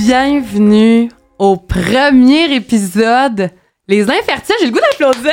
bienvenue au premier épisode Les Infertiles. J'ai le goût d'applaudir.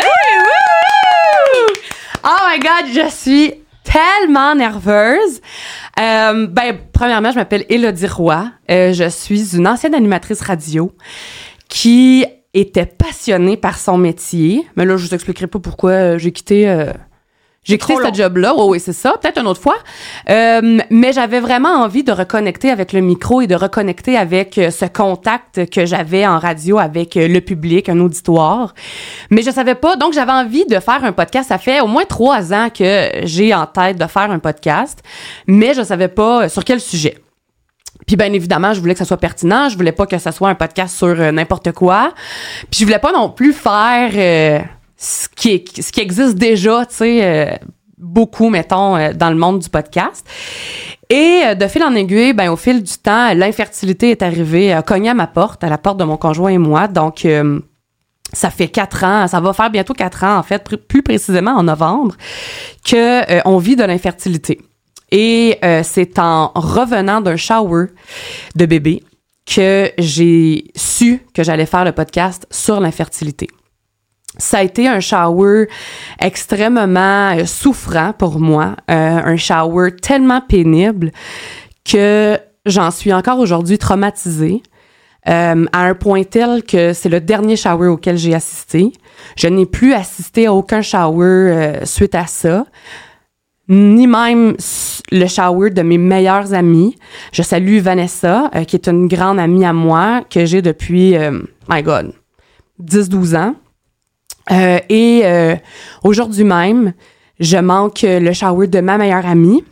Oh my God, je suis tellement nerveuse. Premièrement, je m'appelle Élodie Roy. Je suis une ancienne animatrice radio qui était passionnée par son métier. Mais là, je vous expliquerai pas pourquoi j'ai quitté... J'ai quitté ce job-là. Oui, c'est ça. Peut-être une autre fois. Mais j'avais vraiment envie de reconnecter avec le micro et de reconnecter avec ce contact que j'avais en radio avec le public, un auditoire. Mais je savais pas. Donc, j'avais envie de faire un podcast. Ça fait au moins 3 ans que j'ai en tête de faire un podcast. Mais je savais pas sur quel sujet. Puis bien évidemment, je voulais que ça soit pertinent. Je voulais pas que ça soit un podcast sur n'importe quoi. Puis je voulais pas non plus faire... ce qui existe déjà, tu sais, beaucoup, mettons, dans le monde du podcast. Et de fil en aiguille, au fil du temps, l'infertilité est arrivée, a cogné à ma porte, à la porte de mon conjoint et moi. Donc, ça fait 4 ans, ça va faire bientôt 4 ans, en fait, plus précisément en novembre, que on vit de l'infertilité. Et c'est en revenant d'un shower de bébé que j'ai su que j'allais faire le podcast sur l'infertilité. Ça a été un shower extrêmement souffrant pour moi, un shower tellement pénible que j'en suis encore aujourd'hui traumatisée, à un point tel que c'est le dernier shower auquel j'ai assisté. Je n'ai plus assisté à aucun shower suite à ça, ni même le shower de mes meilleures amies. Je salue Vanessa, qui est une grande amie à moi, que j'ai depuis, 10-12 ans. Aujourd'hui même, je manque le shower de ma meilleure amie.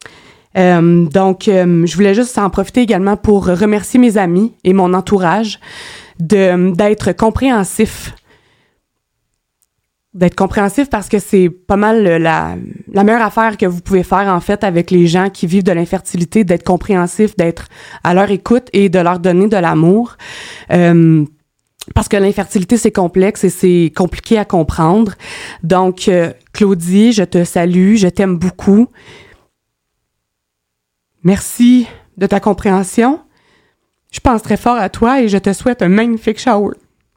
Je voulais juste en profiter également pour remercier mes amis et mon entourage d'être compréhensifs. D'être compréhensif parce que c'est pas mal la meilleure affaire que vous pouvez faire, en fait, avec les gens qui vivent de l'infertilité, d'être compréhensif, d'être à leur écoute et de leur donner de l'amour. Parce que l'infertilité, c'est complexe et c'est compliqué à comprendre. Donc, Claudie, je te salue, je t'aime beaucoup. Merci de ta compréhension. Je pense très fort à toi et je te souhaite un magnifique shower.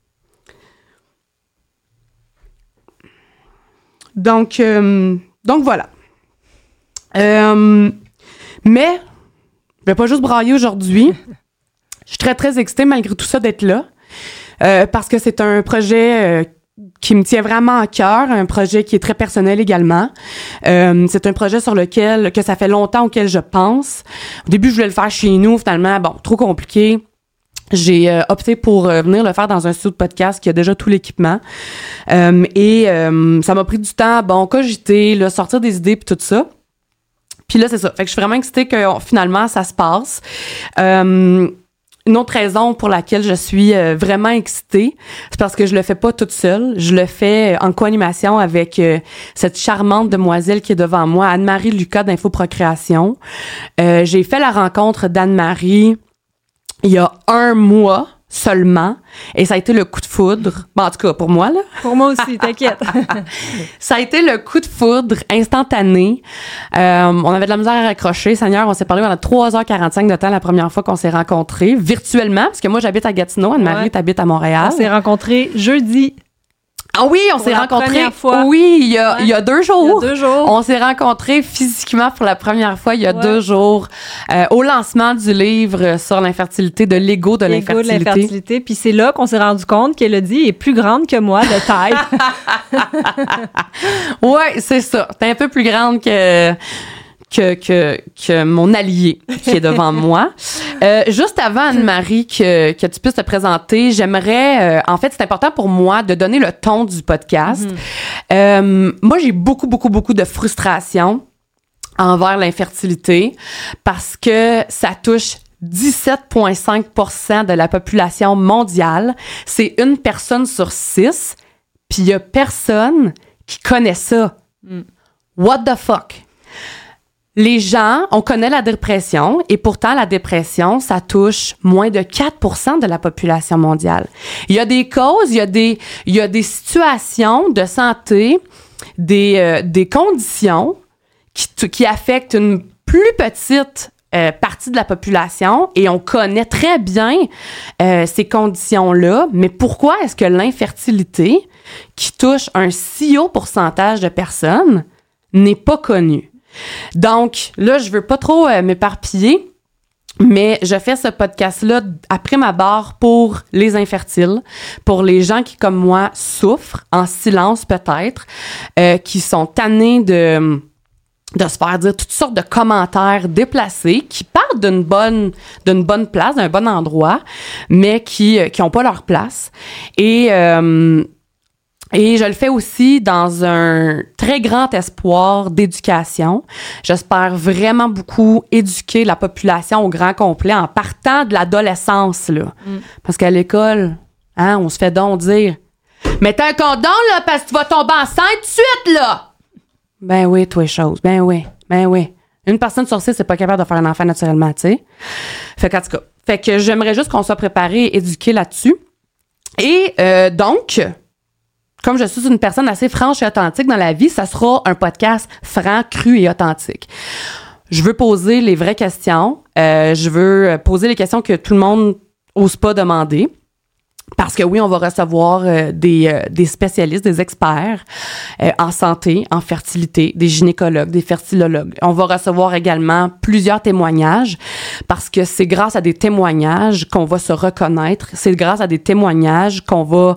Donc voilà. Mais, je vais pas juste brailler aujourd'hui. Je suis très, très excitée malgré tout ça d'être là. Parce que c'est un projet qui me tient vraiment à cœur, un projet qui est très personnel également. C'est un projet sur lequel, que ça fait longtemps auquel je pense. Au début, je voulais le faire chez nous, finalement, trop compliqué. J'ai opté pour venir le faire dans un studio de podcast qui a déjà tout l'équipement. Ça m'a pris du temps, cogiter, sortir des idées puis tout ça. Puis là, c'est ça. Fait que je suis vraiment excitée que finalement, ça se passe. Une autre raison pour laquelle je suis vraiment excitée, c'est parce que je le fais pas toute seule. Je le fais en co-animation avec cette charmante demoiselle qui est devant moi, Anne-Marie Lucas d'Infoprocréation. J'ai fait la rencontre d'Anne-Marie il y a 1 mois seulement, et ça a été le coup de foudre. En tout cas, pour moi, là. Pour moi aussi, t'inquiète. Ça a été le coup de foudre instantané. On avait de la misère à raccrocher. Seigneur, on s'est parlé pendant 3h45 de temps la première fois qu'on s'est rencontrés, virtuellement, parce que moi, j'habite à Gatineau, Anne-Marie, t'habites à Montréal. On s'est rencontrés jeudi. Ah oui, on s'est rencontrés. Fois. Oui, il y a 2 jours. Il y a 2 jours. On s'est rencontrés physiquement pour la première fois il y a 2 jours au lancement du livre sur l'infertilité, de l'ego de l'infertilité. Puis c'est là qu'on s'est rendu compte qu'Élodie est plus grande que moi de taille. Ouais, c'est ça. T'es un peu plus grande que mon allié qui est devant moi. Juste avant, Anne-Marie, que tu puisses te présenter, j'aimerais... en fait, c'est important pour moi de donner le ton du podcast. Moi, j'ai beaucoup de frustration envers l'infertilité parce que ça touche 17,5% de la population mondiale. C'est 1 personne sur 6, puis il y a personne qui connaît ça. What the fuck? Les gens, on connaît la dépression et pourtant la dépression, ça touche moins de 4% de la population mondiale. Il y a des causes, il y a des situations de santé, des conditions qui affectent une plus petite partie de la population et on connaît très bien ces conditions-là, mais pourquoi est-ce que l'infertilité, qui touche un si haut pourcentage de personnes, n'est pas connue? Donc, là, je veux pas trop m'éparpiller, mais je fais ce podcast-là après ma barre pour les infertiles, pour les gens qui, comme moi, souffrent, en silence peut-être, qui sont tannés de se faire dire toutes sortes de commentaires déplacés qui partent d'une bonne place, d'un bon endroit, mais qui ont pas leur place. Et je le fais aussi dans un très grand espoir d'éducation. J'espère vraiment beaucoup éduquer la population au grand complet en partant de l'adolescence, là. Parce qu'à l'école, on se fait donc dire « Mets un condom, là, parce que tu vas tomber enceinte tout de suite, là! » Ben oui, toi, chose. Ben oui. Une personne sur 6 n'est pas capable de faire un enfant naturellement, tu sais. Fait qu'en tout cas, j'aimerais juste qu'on soit préparé et éduqué là-dessus. Et donc, comme je suis une personne assez franche et authentique dans la vie, ça sera un podcast franc, cru et authentique. Je veux poser les vraies questions. Je veux poser les questions que tout le monde n'ose pas demander. Parce que oui, on va recevoir des spécialistes, des experts en santé, en fertilité, des gynécologues, des fertilologues. On va recevoir également plusieurs témoignages parce que c'est grâce à des témoignages qu'on va se reconnaître. C'est grâce à des témoignages qu'on va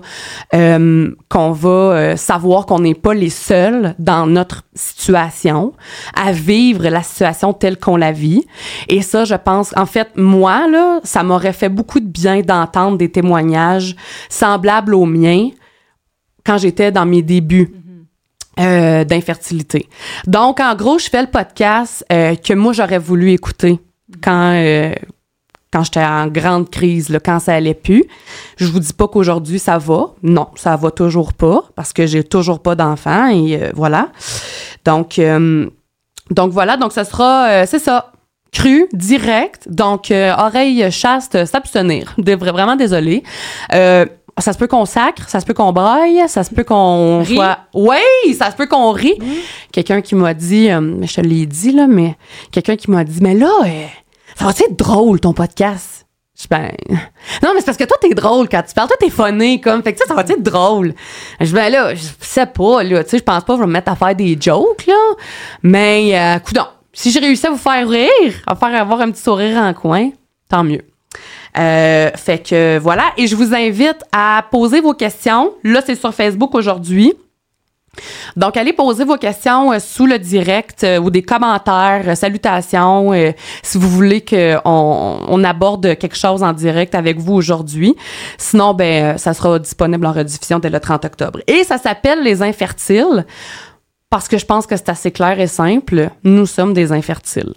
savoir qu'on n'est pas les seuls dans notre situation à vivre la situation telle qu'on la vit. Et ça, je pense, en fait, moi, là, ça m'aurait fait beaucoup de bien d'entendre des témoignages semblables aux miens quand j'étais dans mes débuts d'infertilité. Donc, en gros, je fais le podcast que moi, j'aurais voulu écouter quand j'étais en grande crise, là, quand ça allait plus. Je vous dis pas qu'aujourd'hui, ça va. Non, ça va toujours pas parce que j'ai toujours pas d'enfant et voilà. Donc voilà. Donc, ce sera, c'est ça. Cru, direct, donc oreille chaste, s'abstenir. Vraiment désolée. Ça se peut qu'on sacre, ça se peut qu'on braille, ça se peut qu'on soit... Oui, ça se peut qu'on rit. Quelqu'un qui m'a dit, je te l'ai dit, là, mais quelqu'un qui m'a dit, mais là, ça va être drôle, ton podcast? Non, mais c'est parce que toi, t'es drôle quand tu parles. Toi, t'es funny, comme. Fait que ça va être drôle. Là, je sais pas, là, tu sais, je pense pas que je vais me mettre à faire des jokes, là. Mais, coudonc. Si j'ai réussi à vous faire rire, à faire avoir un petit sourire en coin, tant mieux. Fait que voilà. Et je vous invite à poser vos questions. Là, c'est sur Facebook aujourd'hui. Donc, allez poser vos questions sous le direct ou des commentaires, salutations, si vous voulez qu'on aborde quelque chose en direct avec vous aujourd'hui. Sinon, ça sera disponible en rediffusion dès le 30 octobre. Et ça s'appelle Les Infertiles. Parce que je pense que c'est assez clair et simple, nous sommes des infertiles.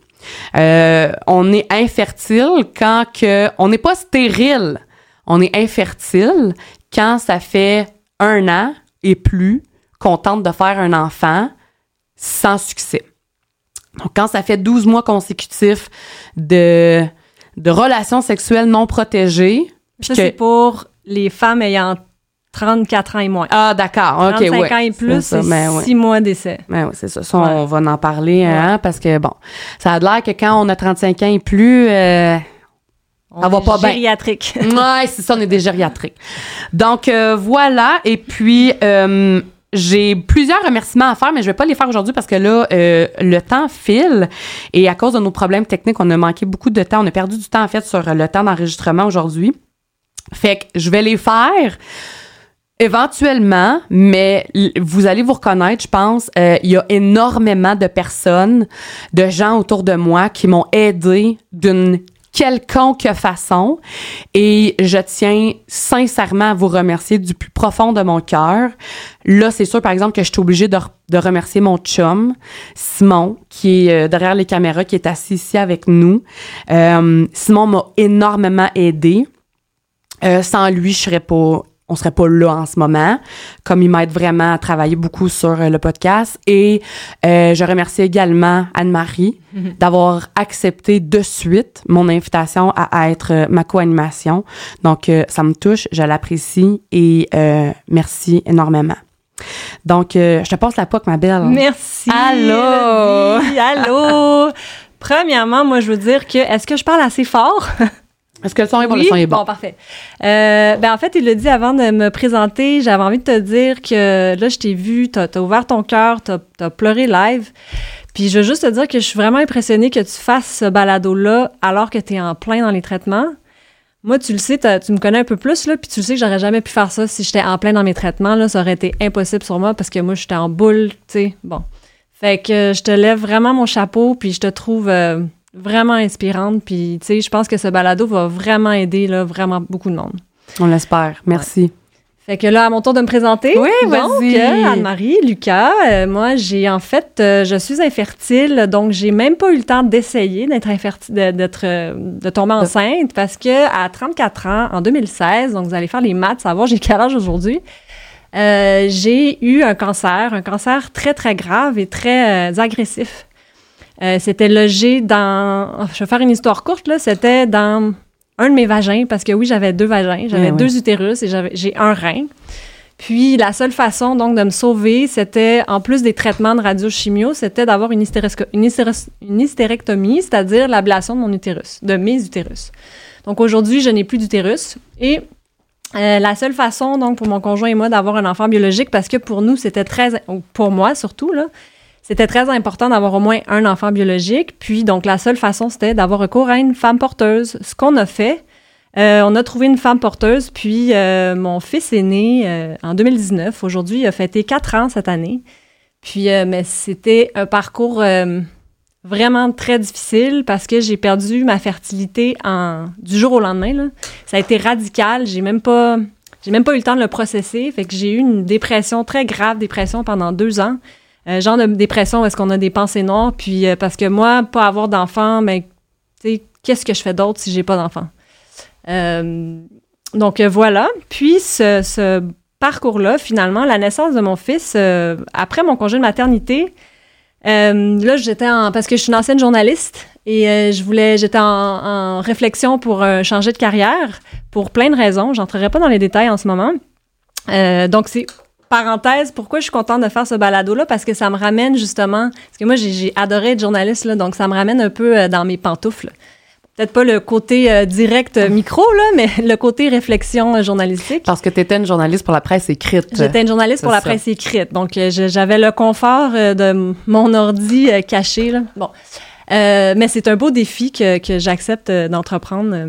On est infertile quand on n'est pas stérile. On est infertile quand ça fait 1 an et plus qu'on tente de faire un enfant sans succès. Donc, quand ça fait 12 mois consécutifs de relations sexuelles non protégées. Ça, c'est pour les femmes ayant 34 ans et moins. Ah, d'accord. OK, 35 ans et plus, c'est 6 mois d'essai. Oui, c'est ça. Ça, on va en parler, parce que, bon, ça a l'air que quand on a 35 ans et plus, ça va pas bien. Gériatrique. Oui, c'est ça, on est des gériatriques. Donc, voilà. Et puis, j'ai plusieurs remerciements à faire, mais je vais pas les faire aujourd'hui parce que là, le temps file et à cause de nos problèmes techniques, on a manqué beaucoup de temps. On a perdu du temps, en fait, sur le temps d'enregistrement aujourd'hui. Fait que je vais les faire éventuellement, mais vous allez vous reconnaître, je pense. Il y a énormément de personnes, de gens autour de moi qui m'ont aidé d'une quelconque façon et je tiens sincèrement à vous remercier du plus profond de mon cœur. Là, c'est sûr, par exemple, que je suis obligée de remercier mon chum, Simon, qui est derrière les caméras, qui est assis ici avec nous. Simon m'a énormément aidé. Sans lui, on serait pas là en ce moment, comme il m'aide vraiment à travailler beaucoup sur le podcast. Et je remercie également Anne-Marie d'avoir accepté de suite mon invitation à être ma co-animation. Donc, ça me touche, je l'apprécie et merci énormément. Donc, je te passe la POC, ma belle. Merci. Allô! Allô! Premièrement, moi, je veux dire que, est-ce que je parle assez fort? Est-ce que le son est bon? Oui? Le son est bon. Bon, parfait. En fait, il l'a dit avant de me présenter, j'avais envie de te dire que là, je t'ai vu, t'as ouvert ton cœur, t'as pleuré live. Puis je veux juste te dire que je suis vraiment impressionnée que tu fasses ce balado-là alors que t'es en plein dans les traitements. Moi, tu le sais, tu me connais un peu plus, là, puis tu le sais que j'aurais jamais pu faire ça si j'étais en plein dans mes traitements, là, ça aurait été impossible sur moi parce que moi, j'étais en boule, tu sais, bon. Fait que je te lève vraiment mon chapeau, puis je te trouve vraiment inspirante, puis tu sais, je pense que ce balado va vraiment aider, là, vraiment beaucoup de monde. On l'espère. Merci. Ouais. Fait que là, à mon tour de me présenter. Oui, vas-y. Donc, Anne-Marie, Lucas, moi, je suis infertile, donc j'ai même pas eu le temps d'essayer d'être infertile, de tomber enceinte, parce que à 34 ans, en 2016, donc vous allez faire les maths, savoir j'ai quel âge aujourd'hui, j'ai eu un cancer très, très grave et très agressif. C'était logé dans... Je vais faire une histoire courte, là. C'était dans un de mes vagins, parce que oui, j'avais 2 vagins, j'avais 2 utérus et j'ai un rein. Puis la seule façon, donc, de me sauver, c'était, en plus des traitements de radiochimio, c'était d'avoir une hystérectomie, c'est-à-dire l'ablation de mon utérus, de mes utérus. Donc aujourd'hui, je n'ai plus d'utérus. Et la seule façon, donc, pour mon conjoint et moi, d'avoir un enfant biologique, parce que pour nous, c'était pour moi surtout, là, c'était très important d'avoir au moins un enfant biologique. Puis, donc, la seule façon, c'était d'avoir recours à une femme porteuse. Ce qu'on a fait, on a trouvé une femme porteuse. Puis, mon fils est né en 2019. Aujourd'hui, il a fêté 4 ans cette année. Puis, mais c'était un parcours vraiment très difficile parce que j'ai perdu ma fertilité du jour au lendemain, là. Ça a été radical. J'ai même pas eu le temps de le processer. Fait que j'ai eu une dépression, très grave dépression pendant 2 ans. Genre de dépression où est-ce qu'on a des pensées noires, puis parce que moi, pas avoir d'enfant, ben, tu sais, qu'est-ce que je fais d'autre si j'ai pas d'enfant? Donc, voilà. Puis, ce parcours-là, finalement, la naissance de mon fils, après mon congé de maternité, là, parce que je suis une ancienne journaliste et j'étais en réflexion pour changer de carrière pour plein de raisons. J'entrerai pas dans les détails en ce moment. Donc, c'est... Parenthèse, pourquoi je suis contente de faire ce balado-là? Parce que ça me ramène justement... Parce que moi, j'ai adoré être journaliste, là, donc ça me ramène un peu dans mes pantoufles. Peut-être pas le côté direct micro, là, mais le côté réflexion journalistique. Parce que tu étais une journaliste pour la presse écrite. J'étais une journaliste pour la presse écrite. Donc, j'avais le confort de mon ordi caché, là. Bon. Mais c'est un beau défi que j'accepte d'entreprendre.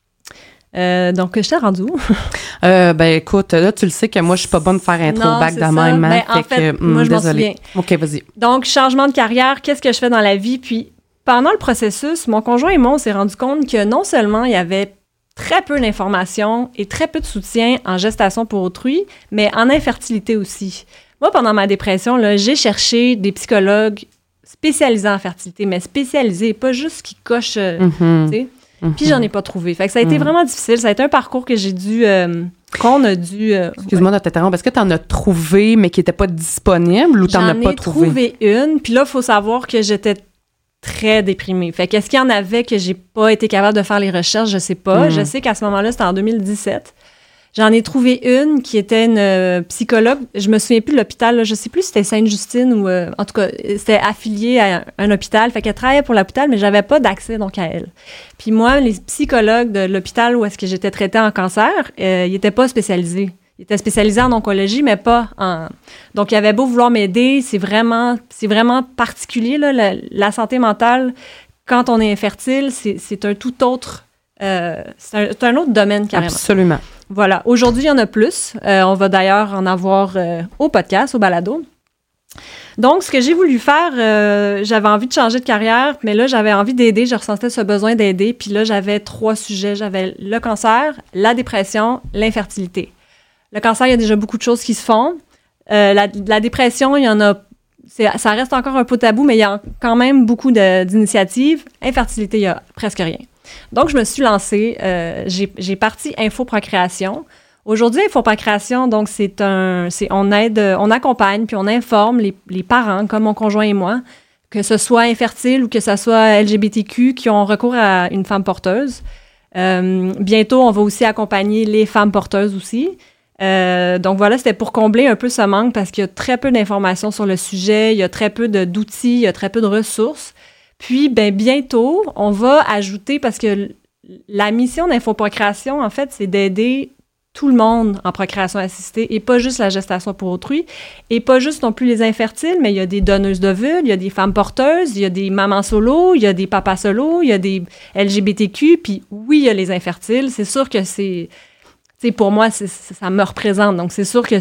Donc, je t'ai rendu où? Écoute, là, tu le sais que moi, je suis pas bonne de faire intro back de même. Ben, en fait, moi, je m'en souviens. OK, vas-y. Donc, changement de carrière, qu'est-ce que je fais dans la vie? Puis, pendant le processus, mon conjoint et moi, on s'est rendu compte que non seulement il y avait très peu d'informations et très peu de soutien en gestation pour autrui, mais en infertilité aussi. Moi, pendant ma dépression, là, j'ai cherché des psychologues spécialisés en fertilité, mais spécialisés, pas juste qui cochent, tu sais. Puis j'en ai pas trouvé. Fait que ça a été vraiment difficile. Ça a été un parcours que qu'on a dû... Excuse-moi de t'interrompre. Est-ce que tu en as trouvé, mais qui n'était pas disponible ou tu n'en as pas trouvé? J'en ai trouvé une. Puis là, il faut savoir que j'étais très déprimée. Fait qu'est-ce qu'il y en avait que j'ai pas été capable de faire les recherches? Je sais pas. Je sais qu'à ce moment-là, c'était en 2017. J'en ai trouvé une qui était une psychologue. Je me souviens plus de l'hôpital. Là. Je sais plus si c'était Sainte-Justine ou... en tout cas, c'était affilié à un hôpital. Fait qu'elle travaillait pour l'hôpital, mais j'avais pas d'accès donc à elle. Puis moi, les psychologues de l'hôpital où est-ce que j'étais traitée en cancer, ils étaient pas spécialisés. Ils étaient spécialisés en oncologie, mais pas en... Donc, il avait beau vouloir m'aider, c'est vraiment particulier, là, la santé mentale. Quand on est infertile, c'est un tout autre... c'est un autre domaine, carrément. Absolument. Voilà. Aujourd'hui, il y en a plus. On va d'ailleurs en avoir au podcast, au balado. Donc, ce que j'ai voulu faire, j'avais envie de changer de carrière, mais là, j'avais envie d'aider. Je ressentais ce besoin d'aider. Puis là, j'avais 3 sujets. J'avais le cancer, la dépression, l'infertilité. Le cancer, il y a déjà beaucoup de choses qui se font. La dépression, il y en a... ça reste encore un peu tabou, mais il y a quand même beaucoup d'initiatives. Infertilité, il y a presque rien. Donc, je me suis lancée. J'ai parti Infoprocréation. Aujourd'hui, Infoprocréation, donc, on accompagne puis on informe les parents, comme mon conjoint et moi, que ce soit infertile ou que ce soit LGBTQ, qui ont recours à une femme porteuse. Bientôt, on va aussi accompagner les femmes porteuses aussi. Donc voilà, c'était pour combler un peu ce manque parce qu'il y a très peu d'informations sur le sujet, il y a très peu d'outils, il y a très peu de ressources. Puis, bientôt, on va ajouter, parce que la mission d'Infoprocréation, en fait, c'est d'aider tout le monde en procréation assistée et pas juste la gestation pour autrui et pas juste non plus les infertiles, mais il y a des donneuses d'ovules, il y a des femmes porteuses, il y a des mamans solo, il y a des papas solo, il y a des LGBTQ, puis oui, il y a les infertiles. C'est sûr que c'est... Tu sais, pour moi, ça me représente. Donc, c'est sûr que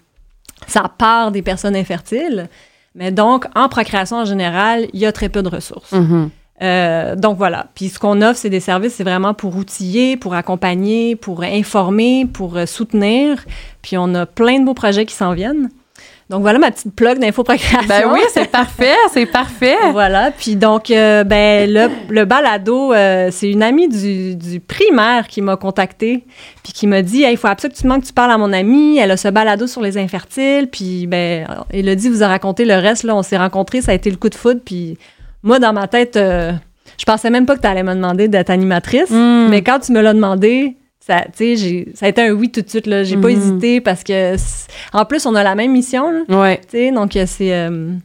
ça part des personnes infertiles. Mais donc, en procréation en général, il y a très peu de ressources. Mm-hmm. Donc voilà. Puis ce qu'on offre, c'est des services, c'est vraiment pour outiller, pour accompagner, pour informer, pour soutenir. Puis on a plein de beaux projets qui s'en viennent. Donc voilà ma petite plug d'Infoprocréation. Ben oui, c'est parfait, c'est parfait. Voilà. Puis donc, le balado, c'est une amie du primaire qui m'a contactée puis qui m'a dit « Hey, il faut absolument que tu parles à mon amie. Elle a ce balado sur les infertiles. » Puis, Élodie vous a raconté le reste. Là, on s'est rencontrés, ça a été le coup de foudre. Puis moi, dans ma tête, je pensais même pas que tu allais me demander d'être animatrice. Mais quand tu me l'as demandé, ça a été un oui tout de suite. Là. J'ai pas hésité parce que, en plus, on a la même mission. Là, ouais. Donc, c'est...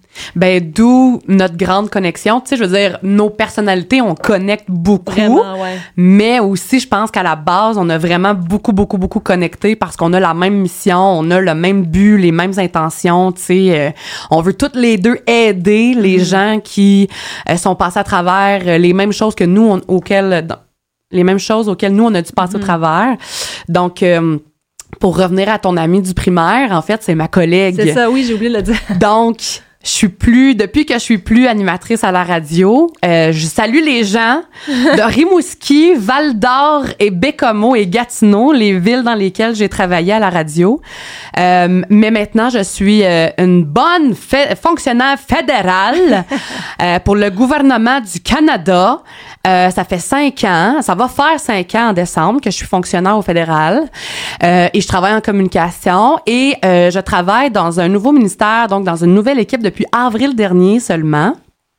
d'où notre grande connexion. Tu sais, je veux dire, nos personnalités, on connecte beaucoup. Vraiment, ouais. Mais aussi, je pense qu'à la base, on a vraiment beaucoup connecté parce qu'on a la même mission, on a le même but, les mêmes intentions. Tu sais, on veut toutes les deux aider les gens qui sont passés à travers les mêmes choses que nous, les mêmes choses auxquelles nous, on a dû passer au travers. Donc, pour revenir à ton amie du primaire, en fait, c'est ma collègue. C'est ça, oui, j'ai oublié de le dire. Donc, depuis que je suis plus animatrice à la radio, je salue les gens de Rimouski, Val-d'Or et Bécomo et Gatineau, les villes dans lesquelles j'ai travaillé à la radio. Mais maintenant, je suis une bonne fonctionnaire fédérale pour le gouvernement du Canada. Ça fait 5 ans, ça va faire 5 ans en décembre que je suis fonctionnaire au fédéral et je travaille en communication et je travaille dans un nouveau ministère, donc dans une nouvelle équipe depuis avril dernier seulement.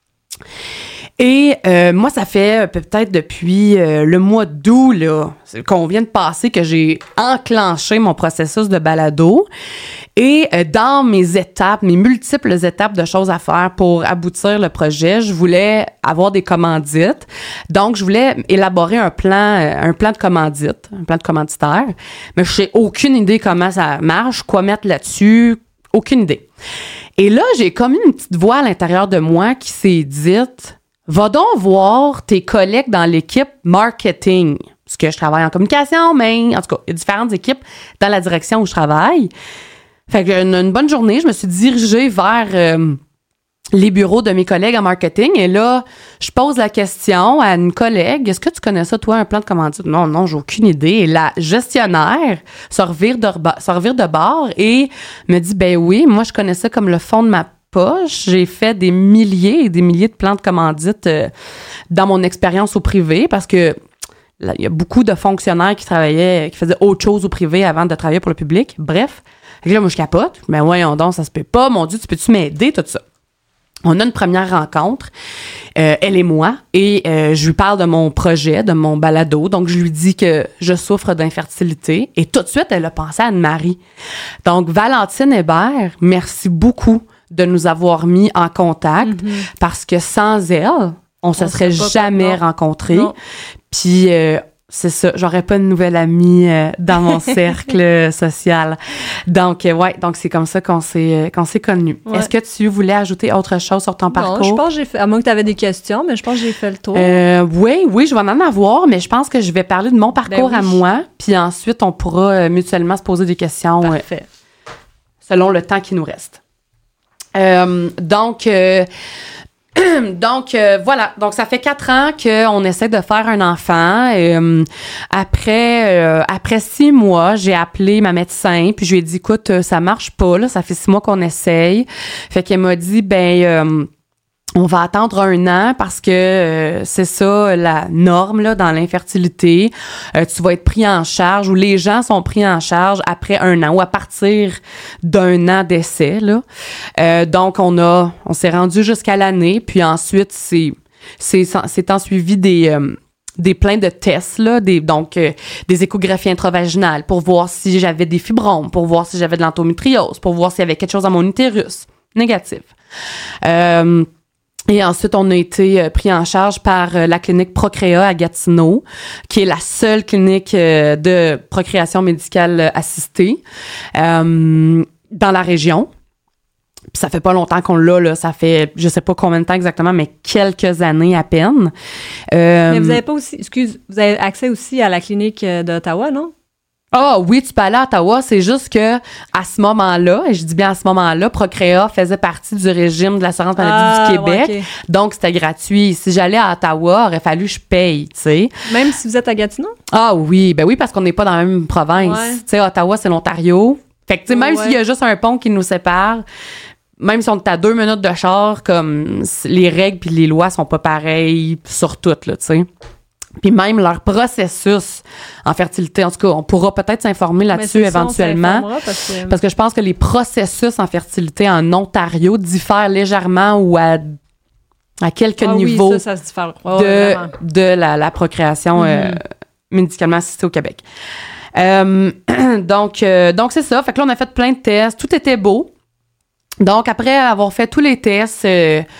Et moi, ça fait peut-être depuis le mois d'août là, qu'on vient de passer que j'ai enclenché mon processus de balado. Et dans mes multiples étapes de choses à faire pour aboutir le projet, je voulais avoir des commandites. Donc, je voulais élaborer un plan de commandite, un plan de commanditaire. Mais je n'ai aucune idée comment ça marche, quoi mettre là-dessus, aucune idée. Et là, j'ai comme une petite voix à l'intérieur de moi qui s'est dite... Va donc voir tes collègues dans l'équipe marketing. Parce que je travaille en communication, mais en tout cas, il y a différentes équipes dans la direction où je travaille. Fait que une bonne journée, je me suis dirigée vers les bureaux de mes collègues en marketing. Et là, je pose la question à une collègue. Est-ce que tu connais ça, toi, un plan de commandite? Non, j'ai aucune idée. Et la gestionnaire se revire de bord et me dit, ben oui, moi, je connais ça comme le fond de ma poche. J'ai fait des milliers et des milliers de plans de commandite dans mon expérience au privé parce que là, il y a beaucoup de fonctionnaires qui faisaient autre chose au privé avant de travailler pour le public. Bref. Et là, moi, je capote. Mais voyons donc, ça se peut pas. Mon Dieu, peux-tu m'aider, tout ça? On a une première rencontre, elle et moi, et je lui parle de mon projet, de mon balado. Donc, je lui dis que je souffre d'infertilité. Et tout de suite, elle a pensé à Anne-Marie. Donc, Valentine Hébert, merci beaucoup de nous avoir mis en contact parce que sans elle, on se serait jamais rencontrés. Puis, c'est ça, j'aurais pas de nouvelle amie dans mon cercle social. Donc, donc c'est comme ça qu'on s'est connus. Ouais. Est-ce que tu voulais ajouter autre chose sur ton parcours? Non, je pense que j'ai fait, à moins que tu avais des questions, mais je pense que j'ai fait le tour. Oui, je vais en avoir, mais je pense que je vais parler de mon parcours à moi, puis ensuite, on pourra mutuellement se poser des questions selon le temps qui nous reste. Donc, voilà. Donc, ça fait 4 ans qu'on essaie de faire un enfant. Après 6 mois, j'ai appelé ma médecin, puis je lui ai dit, écoute, ça marche pas, là, ça fait 6 mois qu'on essaye. Fait qu'elle m'a dit, on va attendre 1 an parce que c'est ça la norme là dans l'infertilité. Tu vas être pris en charge ou les gens sont pris en charge après 1 an ou à partir d'1 an d'essai là. Donc on s'est rendu jusqu'à l'année puis ensuite c'est en suivi des plein de tests là, des échographies intravaginales pour voir si j'avais des fibromes, pour voir si j'avais de l'endométriose, pour voir s'il y avait quelque chose dans mon utérus négatif. Et ensuite, on a été pris en charge par la clinique Procréa à Gatineau, qui est la seule clinique de procréation médicale assistée dans la région. Puis ça fait pas longtemps qu'on l'a, là. Ça fait, je sais pas combien de temps exactement, mais quelques années à peine. Mais vous avez pas aussi, vous avez accès aussi à la clinique d'Ottawa, non? Ah oui, tu peux aller à Ottawa, c'est juste que à ce moment-là, et je dis bien à ce moment-là, Procréa faisait partie du régime de l'assurance maladie du Québec, ouais, okay. Donc c'était gratuit. Si j'allais à Ottawa, il aurait fallu que je paye, tu sais. Même si vous êtes à Gatineau? Ah oui, ben oui, parce qu'on n'est pas dans la même province. Ouais. Tu sais, Ottawa, c'est l'Ontario. Fait que tu sais, même s'il y a juste un pont qui nous sépare, même si on est à 2 minutes de char, comme les règles puis les lois sont pas pareilles sur toutes, là, tu sais. Puis même leur processus en fertilité, en tout cas, on pourra peut-être s'informer là-dessus éventuellement. Parce que je pense que les processus en fertilité en Ontario diffèrent légèrement ou à quelques niveaux oui, ça se diffère. de la procréation médicalement assistée au Québec. Donc c'est ça. Fait que là, on a fait plein de tests. Tout était beau. Donc, après avoir fait tous les tests...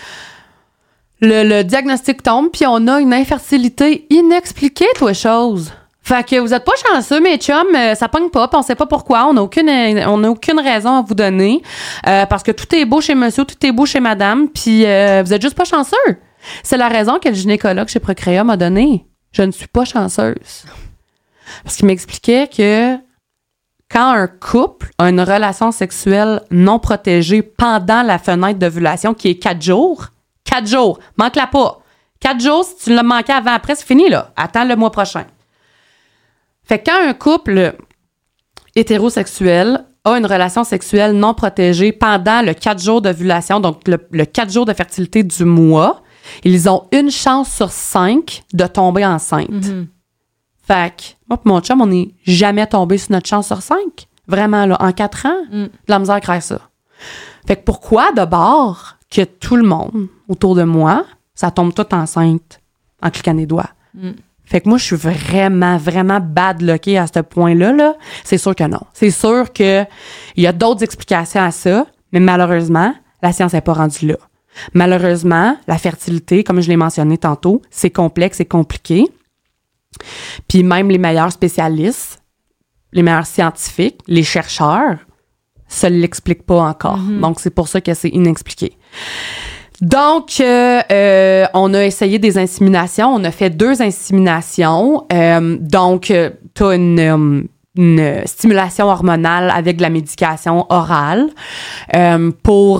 Le diagnostic tombe, puis on a une infertilité inexpliquée, toi, chose. Fait que vous êtes pas chanceux, mes chums, ça pogne pas, puis on sait pas pourquoi, on a aucune raison à vous donner, parce que tout est beau chez monsieur, tout est beau chez madame, puis vous êtes juste pas chanceux. C'est la raison que le gynécologue chez Procréa m'a donnée. Je ne suis pas chanceuse. Parce qu'il m'expliquait que quand un couple a une relation sexuelle non protégée pendant la fenêtre d'ovulation, qui est 4 jours... 4 jours. Manque-la pas. 4 jours, si tu l'as manqué avant, après, c'est fini, là. Attends le mois prochain. Fait que quand un couple hétérosexuel a une relation sexuelle non protégée pendant le 4 jours d'ovulation, donc le 4 jours de fertilité du mois, ils ont une chance sur 5 de tomber enceinte. Mm-hmm. Fait que, moi pis mon chum, on n'est jamais tombé sur notre chance sur 5. Vraiment, là, en 4 ans, de la misère à créer ça. Fait que pourquoi, d'abord, que tout le monde autour de moi, ça tombe tout enceinte en cliquant des doigts. Fait que moi, je suis vraiment, vraiment bad luckée à ce point-là, là. C'est sûr que non. C'est sûr que il y a d'autres explications à ça, mais malheureusement, la science n'est pas rendue là. Malheureusement, la fertilité, comme je l'ai mentionné tantôt, c'est complexe et compliqué. Puis même les meilleurs spécialistes, les meilleurs scientifiques, les chercheurs, ça ne l'explique pas encore. Donc, c'est pour ça que c'est inexpliqué. Donc, on a essayé des inséminations. On a fait 2 inséminations. Donc, tu as une stimulation hormonale avec de la médication orale pour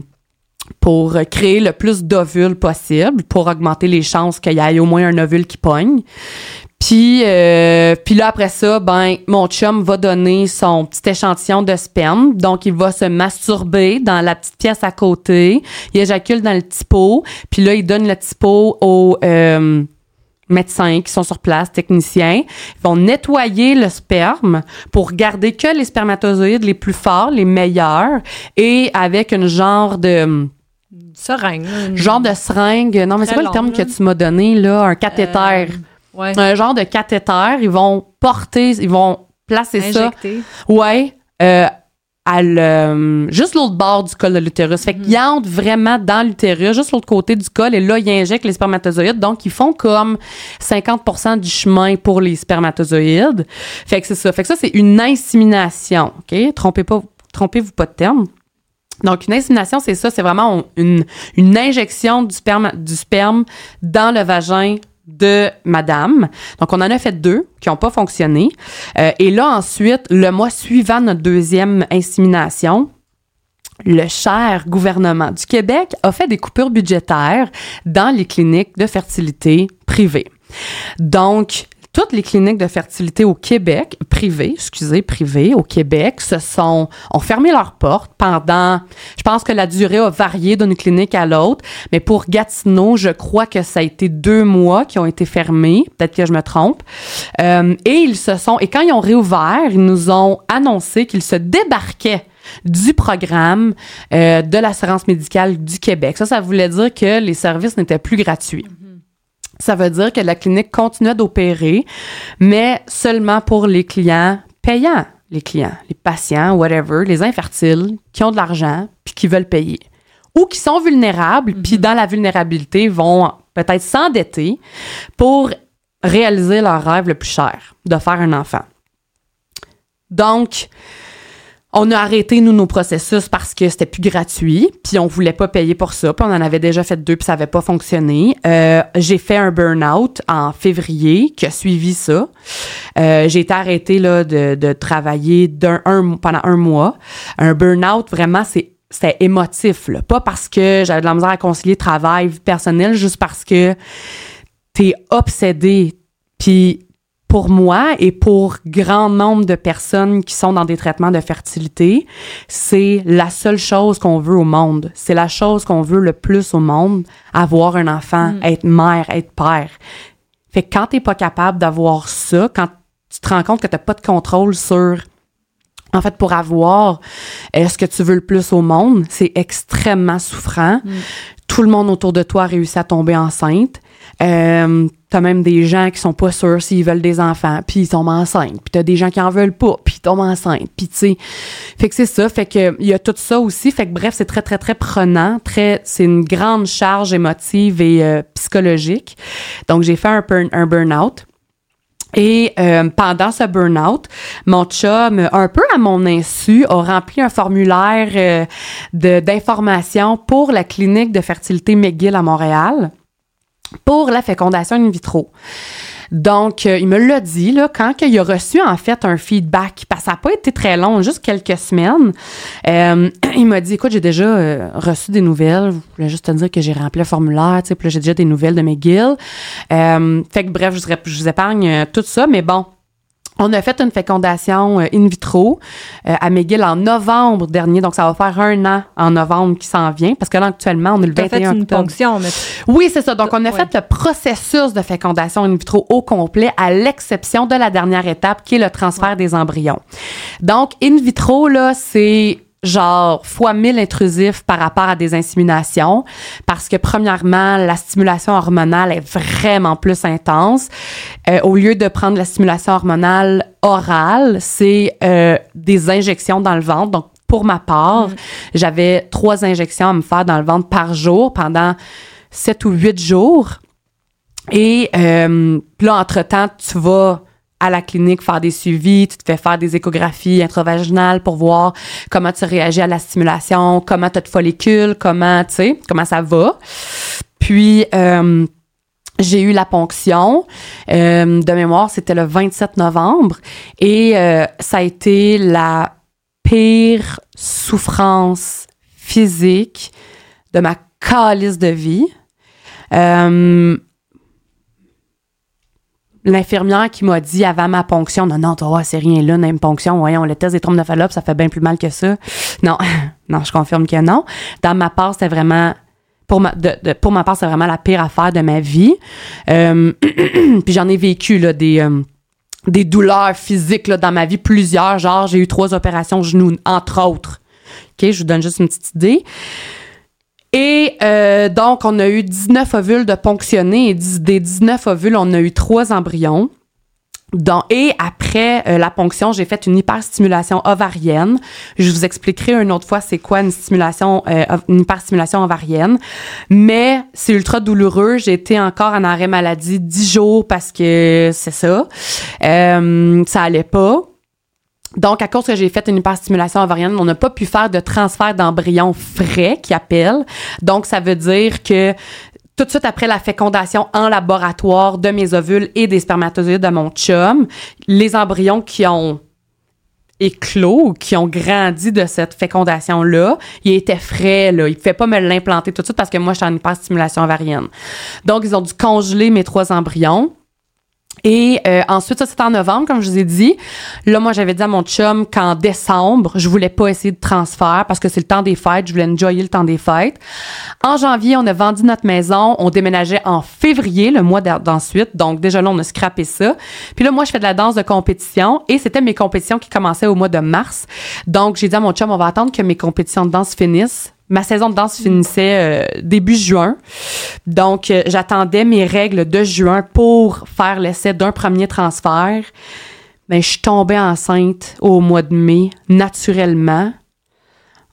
créer le plus d'ovules possible, pour augmenter les chances qu'il y ait au moins un ovule qui pogne. Puis là, après ça, ben mon chum va donner son petit échantillon de sperme. Donc, il va se masturber dans la petite pièce à côté. Il éjacule dans le petit pot. Puis là, il donne le petit pot aux médecins qui sont sur place, techniciens. Ils vont nettoyer le sperme pour garder que les spermatozoïdes les plus forts, les meilleurs, et avec une genre de... seringue. Genre de seringue. Non, mais c'est quoi le terme que tu m'as donné, là? Un cathéter. Ouais. Un genre de cathéter, ils vont placer injecter. Ça. Ouais. Juste l'autre bord du col de l'utérus. Fait qu'ils entrent vraiment dans l'utérus, juste l'autre côté du col, et là, ils injectent les spermatozoïdes. Donc, ils font comme 50% du chemin pour les spermatozoïdes. Fait que c'est ça. Fait que ça, c'est une insémination. OK? Trompez-vous pas de terme. Donc, une insémination, c'est ça. C'est vraiment une injection du sperme dans le vagin de madame. Donc, on en a fait 2 qui n'ont pas fonctionné. Et là, ensuite, le mois suivant notre 2e insémination, le cher gouvernement du Québec a fait des coupures budgétaires dans les cliniques de fertilité privées. Donc, toutes les cliniques de fertilité au Québec, privées au Québec, ont fermé leurs portes pendant, je pense que la durée a varié d'une clinique à l'autre, mais pour Gatineau, je crois que ça a été 2 mois qui ont été fermés, peut-être que je me trompe, et quand ils ont réouvert, ils nous ont annoncé qu'ils se débarquaient du programme de l'assurance médicale du Québec. Ça voulait dire que les services n'étaient plus gratuits. Ça veut dire que la clinique continuait d'opérer, mais seulement pour les clients payants. Les patients, whatever, les infertiles, qui ont de l'argent puis qui veulent payer. ou qui sont vulnérables, puis dans la vulnérabilité, vont peut-être s'endetter pour réaliser leur rêve le plus cher, de faire un enfant. Donc, on a arrêté, nous, nos processus parce que c'était plus gratuit, puis on voulait pas payer pour ça, puis on en avait déjà fait 2, puis ça avait pas fonctionné. J'ai fait un burn-out en février qui a suivi ça. J'ai été arrêtée là, de travailler pendant 1 mois. Un burn-out, vraiment, c'était émotif, là. Pas parce que j'avais de la misère à concilier travail, vie personnelle, juste parce que t'es obsédé. Puis pour moi et pour grand nombre de personnes qui sont dans des traitements de fertilité, c'est la seule chose qu'on veut au monde. C'est la chose qu'on veut le plus au monde, avoir un enfant, être mère, être père. Fait que quand t'es pas capable d'avoir ça, quand tu te rends compte que t'as pas de contrôle sur... En fait, pour avoir ce que tu veux le plus au monde, c'est extrêmement souffrant. Tout le monde autour de toi a réussi à tomber enceinte. T'as même des gens qui sont pas sûrs s'ils veulent des enfants, puis ils tombent enceintes. Puis t'as des gens qui en veulent pas, puis ils tombent enceintes. Puis tu sais, fait que c'est ça. Fait que il y a tout ça aussi. Fait que bref, c'est très, très, très prenant. C'est une grande charge émotive et psychologique. Donc, j'ai fait un burn-out. Et pendant ce burn-out, mon chum, un peu à mon insu, a rempli un formulaire d'information pour la clinique de fertilité McGill à Montréal pour la fécondation in vitro. Donc, il me l'a dit, là, quand il a reçu, en fait, un feedback, parce que ça n'a pas été très long, juste quelques semaines, il m'a dit, écoute, j'ai déjà reçu des nouvelles, je voulais juste te dire que j'ai rempli le formulaire, tu sais, puis là, j'ai déjà des nouvelles de McGill. Fait que, bref, je vous épargne tout ça, mais bon, on a fait une fécondation in vitro à McGill en novembre dernier, donc ça va faire 1 an en novembre qui s'en vient, parce que là, actuellement, on est le 21 octobre. Fait une ponction, mais... Oui, c'est ça. Donc, on a fait le processus de fécondation in vitro au complet, à l'exception de la dernière étape, qui est le transfert des embryons. Donc, in vitro, là, c'est... genre fois 1000 intrusif par rapport à des inséminations parce que premièrement, la stimulation hormonale est vraiment plus intense. Au lieu de prendre la stimulation hormonale orale, c'est des injections dans le ventre. Donc, pour ma part, j'avais 3 injections à me faire dans le ventre par jour pendant 7 ou 8 jours. Et là, entre-temps, tu vas à la clinique faire des suivis, tu te fais faire des échographies intravaginales pour voir comment tu réagis à la stimulation, comment tu as de follicules, comment ça va. Puis, j'ai eu la ponction. De mémoire, c'était le 27 novembre. Et ça a été la pire souffrance physique de ma calisse de vie. L'infirmière qui m'a dit avant ma ponction, non, tu vois, c'est rien là, une ponction, voyons, le test des trompes de Fallope, ça fait bien plus mal que ça. Non, je confirme que non. Dans ma part, c'était vraiment, pour ma part, c'est vraiment la pire affaire de ma vie. Puis j'en ai vécu, là, des douleurs physiques, là, dans ma vie, plusieurs, genre, j'ai eu 3 opérations au genou, entre autres. OK, je vous donne juste une petite idée. Et donc, on a eu 19 ovules de ponctionnés et des 19 ovules, on a eu 3 embryons. Et après la ponction, j'ai fait une hyperstimulation ovarienne. Je vous expliquerai une autre fois c'est quoi une hyperstimulation ovarienne. Mais c'est ultra douloureux. J'ai été encore en arrêt maladie 10 jours parce que c'est ça. Ça allait pas. Donc, à cause que j'ai fait une hyperstimulation ovarienne, on n'a pas pu faire de transfert d'embryon frais, qui appelle. Donc, ça veut dire que tout de suite après la fécondation en laboratoire de mes ovules et des spermatozoïdes de mon chum, les embryons qui ont éclos, qui ont grandi de cette fécondation-là, ils étaient frais, là. Ils ne pouvaient pas me l'implanter tout de suite parce que moi, j'étais en hyperstimulation ovarienne. Donc, ils ont dû congeler mes 3 embryons. Et ensuite, ça, c'était en novembre, comme je vous ai dit. Là, moi, j'avais dit à mon chum qu'en décembre, je voulais pas essayer de transfert parce que c'est le temps des fêtes. Je voulais enjoyer le temps des fêtes. En janvier, on a vendu notre maison. On déménageait en février, le mois d'ensuite. Donc, déjà là, on a scrappé ça. Puis là, moi, je fais de la danse de compétition et c'était mes compétitions qui commençaient au mois de mars. Donc, j'ai dit à mon chum, on va attendre que mes compétitions de danse finissent. Ma saison de danse finissait début juin. Donc, j'attendais mes règles de juin pour faire l'essai d'un premier transfert. Ben, je suis tombée enceinte au mois de mai, naturellement,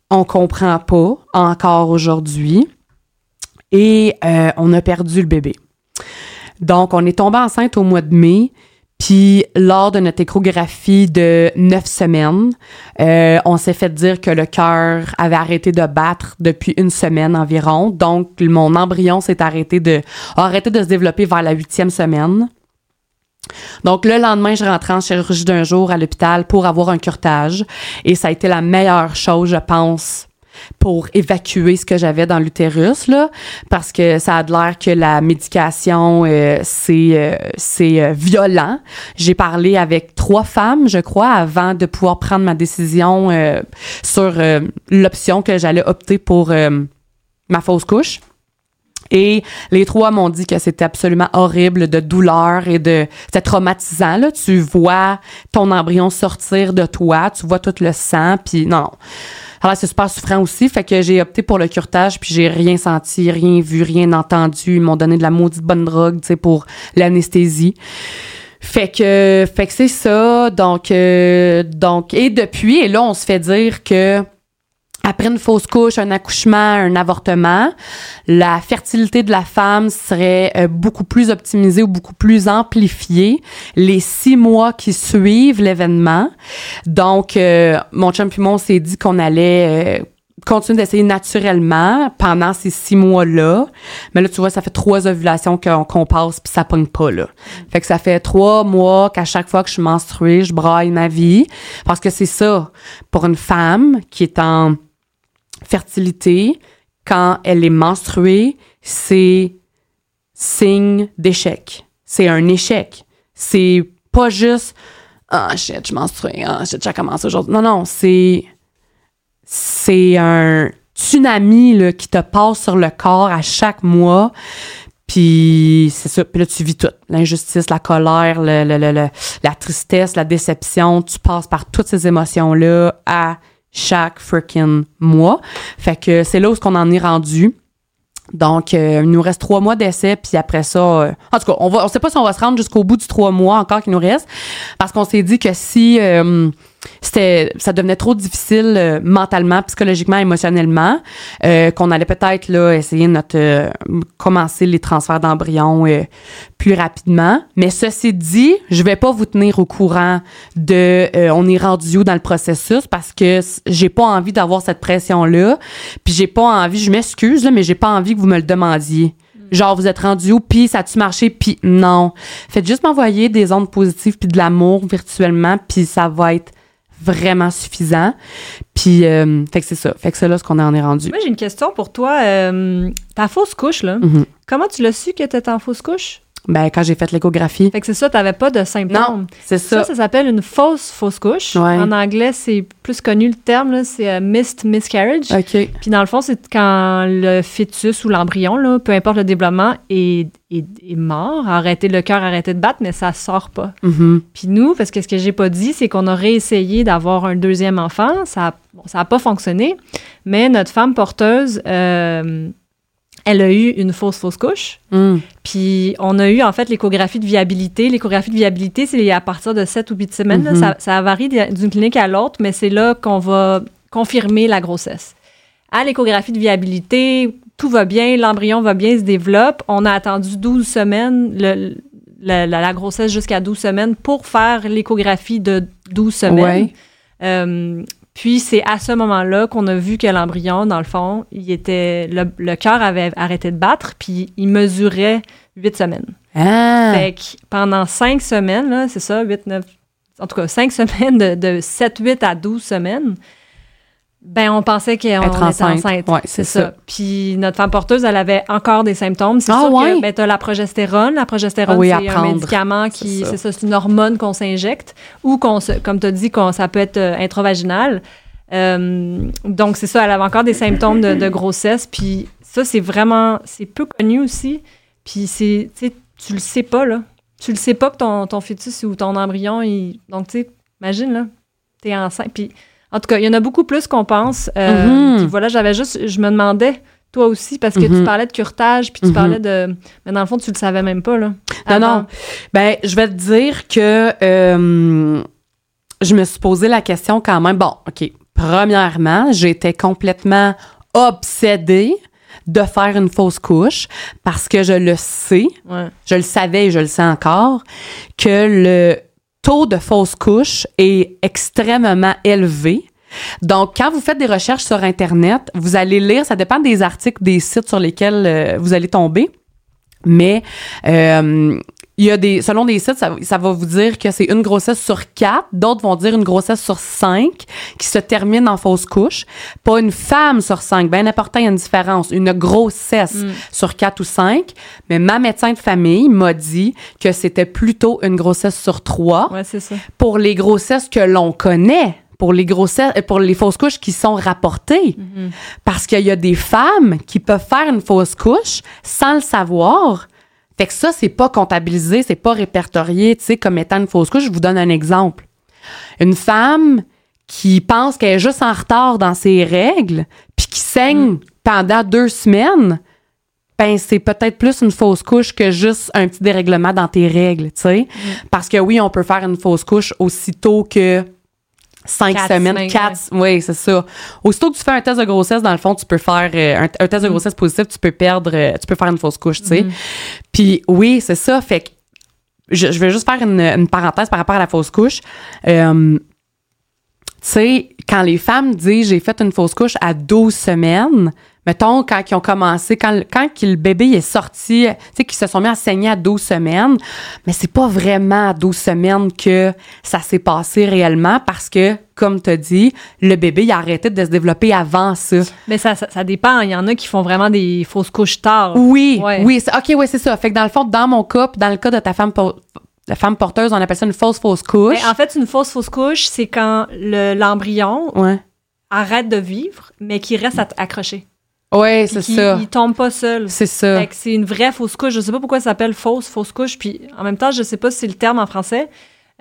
on comprend pas encore aujourd'hui. Et on a perdu le bébé. Donc, on est tombé enceinte au mois de mai. Puis, lors de notre échographie de 9 semaines, on s'est fait dire que le cœur avait arrêté de battre depuis 1 semaine environ. Donc, mon embryon a arrêté de se développer vers la 8e semaine. Donc, le lendemain, je rentrais en chirurgie d'un jour à l'hôpital pour avoir un curetage. Et ça a été la meilleure chose, je pense, pour évacuer ce que j'avais dans l'utérus, là, parce que ça a l'air que la médication, c'est violent. J'ai parlé avec 3 femmes, je crois, avant de pouvoir prendre ma décision sur l'option que j'allais opter pour ma fausse couche. Et les 3 m'ont dit que c'était absolument horrible, de douleur et c'était traumatisant, là. Tu vois ton embryon sortir de toi, tu vois tout le sang, puis non. Alors, c'est super souffrant aussi. Fait que j'ai opté pour le curetage, puis j'ai rien senti, rien vu, rien entendu. Ils m'ont donné de la maudite bonne drogue, tu sais, pour l'anesthésie. Fait que c'est ça. Donc, et depuis, et là, on se fait dire que après une fausse couche, un accouchement, un avortement, la fertilité de la femme serait beaucoup plus optimisée ou beaucoup plus amplifiée les 6 mois qui suivent l'événement. Donc, mon chum puis moi, on s'est dit qu'on allait continuer d'essayer naturellement pendant ces 6 mois-là. Mais là, tu vois, ça fait 3 ovulations qu'on passe puis ça pogne pas, là. Fait que ça fait 3 mois qu'à chaque fois que je suis menstruée, je braille ma vie. Parce que c'est ça, pour une femme qui est en fertilité, quand elle est menstruée, c'est signe d'échec. C'est un échec. C'est pas juste « Ah, shit, je menstrue. Ah, shit, ça commence aujourd'hui. » Non, c'est un tsunami là, qui te passe sur le corps à chaque mois. Puis c'est ça. Puis là, tu vis tout. L'injustice, la colère, la tristesse, la déception. Tu passes par toutes ces émotions-là à chaque freaking mois. Fait que c'est là où on en est rendu. Donc, il nous reste 3 mois d'essai, puis après ça, en tout cas, on sait pas si on va se rendre jusqu'au bout du 3 mois encore qu'il nous reste, parce qu'on s'est dit que si ça devenait trop difficile mentalement, psychologiquement, émotionnellement, qu'on allait peut-être là essayer commencer les transferts d'embryons plus rapidement. Mais ceci dit, je vais pas vous tenir au courant on est rendu où dans le processus, parce que j'ai pas envie d'avoir cette pression-là, puis j'ai pas envie, je m'excuse là, mais j'ai pas envie que vous me le demandiez. Genre, vous êtes rendu où, puis ça a-tu marché, puis non. Faites juste m'envoyer des ondes positives puis de l'amour virtuellement, puis ça va être vraiment suffisant. Puis, fait que c'est ça. Fait que c'est là ce qu'on en est rendu. Moi, j'ai une question pour toi. Ta fausse couche, là, comment tu l'as su que t'étais en fausse couche? Ben, quand j'ai fait l'échographie. Fait que c'est ça, t'avais pas de symptômes. Non, c'est ça. Ça s'appelle une fausse couche. Ouais. En anglais, c'est plus connu le terme, là, c'est missed miscarriage. OK. Puis dans le fond, c'est quand le fœtus ou l'embryon, là, peu importe le développement, est mort, le cœur a arrêté de battre, mais ça sort pas. Mm-hmm. Puis nous, parce que ce que j'ai pas dit, c'est qu'on aurait essayé d'avoir un 2e enfant. Ça a pas fonctionné, mais notre femme porteuse... elle a eu une fausse couche. Puis on a eu, en fait, l'échographie de viabilité. L'échographie de viabilité, c'est à partir de 7 ou 8 semaines. Mm-hmm. Là, ça varie d'une clinique à l'autre, mais c'est là qu'on va confirmer la grossesse. À l'échographie de viabilité, tout va bien, l'embryon va bien, se développe. On a attendu 12 semaines, la grossesse jusqu'à 12 semaines pour faire l'échographie de 12 semaines. Ouais. Puis, c'est à ce moment-là qu'on a vu que l'embryon, dans le fond, le cœur avait arrêté de battre, puis il mesurait 8 semaines. Ah! Fait que pendant 5 semaines, là, c'est ça, 8, 9... En tout cas, 5 semaines de 7, 8 à 12 semaines, ben on pensait qu'on était enceinte. Ouais, c'est ça. Puis, notre femme porteuse, elle avait encore des symptômes. C'est sûr que ben, t'as la progestérone. La progestérone, c'est un médicament qui... C'est une hormone qu'on s'injecte ou comme tu as dit, ça peut être intravaginal. Donc, c'est ça, elle avait encore des symptômes de grossesse. Puis ça, c'est peu connu aussi. Puis tu le sais pas, là. Tu le sais pas que ton fœtus ou ton embryon, donc, tu sais, imagine, là, t'es enceinte. Puis, en tout cas, il y en a beaucoup plus qu'on pense. Puis voilà, je me demandais, toi aussi, parce que tu parlais de curetage, puis tu parlais de... Mais dans le fond, tu le savais même pas, là. Non. Ben, je vais te dire que je me suis posé la question quand même. Bon, OK. premièrement, j'étais complètement obsédée de faire une fausse couche parce que je le sais, je le savais et je le sais encore, que le taux de fausse couche est extrêmement élevé. Donc, quand vous faites des recherches sur Internet, vous allez lire, ça dépend des articles, des sites sur lesquels vous allez tomber, mais il y a selon des sites, ça va vous dire que c'est une grossesse sur 4, d'autres vont dire une grossesse sur 5 qui se termine en fausse couche. Pas une femme sur 5, bien important, il y a une différence. Une grossesse sur 4 ou 5, mais ma médecin de famille m'a dit que c'était plutôt une grossesse sur 3. Ouais, c'est ça. Pour les grossesses que l'on connaît. Pour les fausses couches qui sont rapportées. Parce qu'il y a des femmes qui peuvent faire une fausse couche sans le savoir. Fait que ça, c'est pas comptabilisé, c'est pas répertorié, tu sais, comme étant une fausse couche. Je vous donne un exemple. Une femme qui pense qu'elle est juste en retard dans ses règles, puis qui saigne pendant 2 semaines, ben c'est peut-être plus une fausse couche que juste un petit dérèglement dans tes règles, tu sais. Parce que oui, on peut faire une fausse couche aussitôt que 5 semaines, 4, oui, c'est ça. Aussitôt que tu fais un test de grossesse, dans le fond, tu peux faire un test de grossesse positif, tu peux faire une fausse couche, tu sais. Puis oui, c'est ça. Fait que je vais juste faire une parenthèse par rapport à la fausse couche. Tu sais, quand les femmes disent « j'ai fait une fausse couche à 12 semaines », mettons, quand ils ont commencé, quand le bébé est sorti, tu sais, qu'ils se sont mis à saigner à 12 semaines, mais c'est pas vraiment à 12 semaines que ça s'est passé réellement parce que, comme tu as dit, le bébé, il a arrêté de se développer avant ça. Mais ça dépend. Il y en a qui font vraiment des fausses couches tard. Oui, oui. C'est ça. Fait que dans le fond, dans mon cas, dans le cas de ta femme la femme porteuse, on appelle ça une fausse couche. Mais en fait, une fausse couche, c'est quand l'embryon arrête de vivre, mais qu'il reste accroché. Oui, c'est ça. Il tombe pas seul. C'est ça. Fait que c'est une vraie fausse couche. Je sais pas pourquoi ça s'appelle fausse couche. Puis en même temps, je sais pas si c'est le terme en français.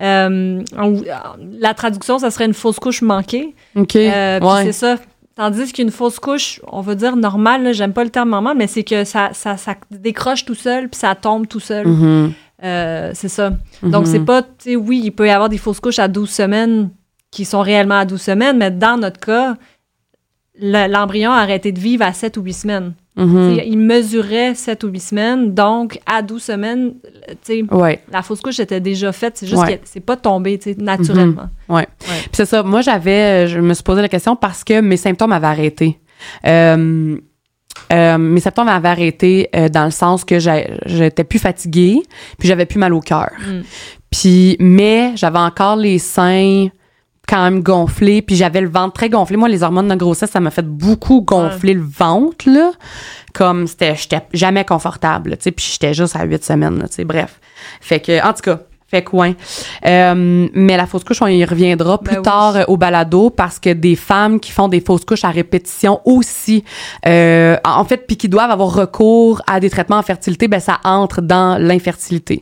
La traduction, ça serait une fausse couche manquée. OK. Puis c'est ça. Tandis qu'une fausse couche, on va dire normale, là, j'aime pas le terme normal, mais c'est que ça décroche tout seul puis ça tombe tout seul. C'est ça. Donc, c'est pas, tu sais, oui, il peut y avoir des fausses couches à 12 semaines qui sont réellement à 12 semaines, mais dans notre cas, l'embryon a arrêté de vivre à 7 ou 8 semaines. Il mesurait 7 ou 8 semaines, donc à 12 semaines, tu sais, la fausse couche était déjà faite, c'est juste que c'est pas tombé, tu sais, naturellement. Puis c'est ça, moi je me suis posé la question parce que mes symptômes avaient arrêté. Mes symptômes avaient arrêté dans le sens que j'étais plus fatiguée, puis j'avais plus mal au cœur. Mais j'avais encore les seins quand même gonflé, puis j'avais le ventre très gonflé. Moi, les hormones de grossesse, ça m'a fait beaucoup gonfler le ventre, là. Comme j'étais jamais confortable, tu sais, puis j'étais juste à 8 semaines, tu sais, bref. Fait que, en tout cas, mais la fausse couche, on y reviendra plus tard au balado parce que des femmes qui font des fausses couches à répétition aussi, en fait, puis qui doivent avoir recours à des traitements en fertilité, ben ça entre dans l'infertilité.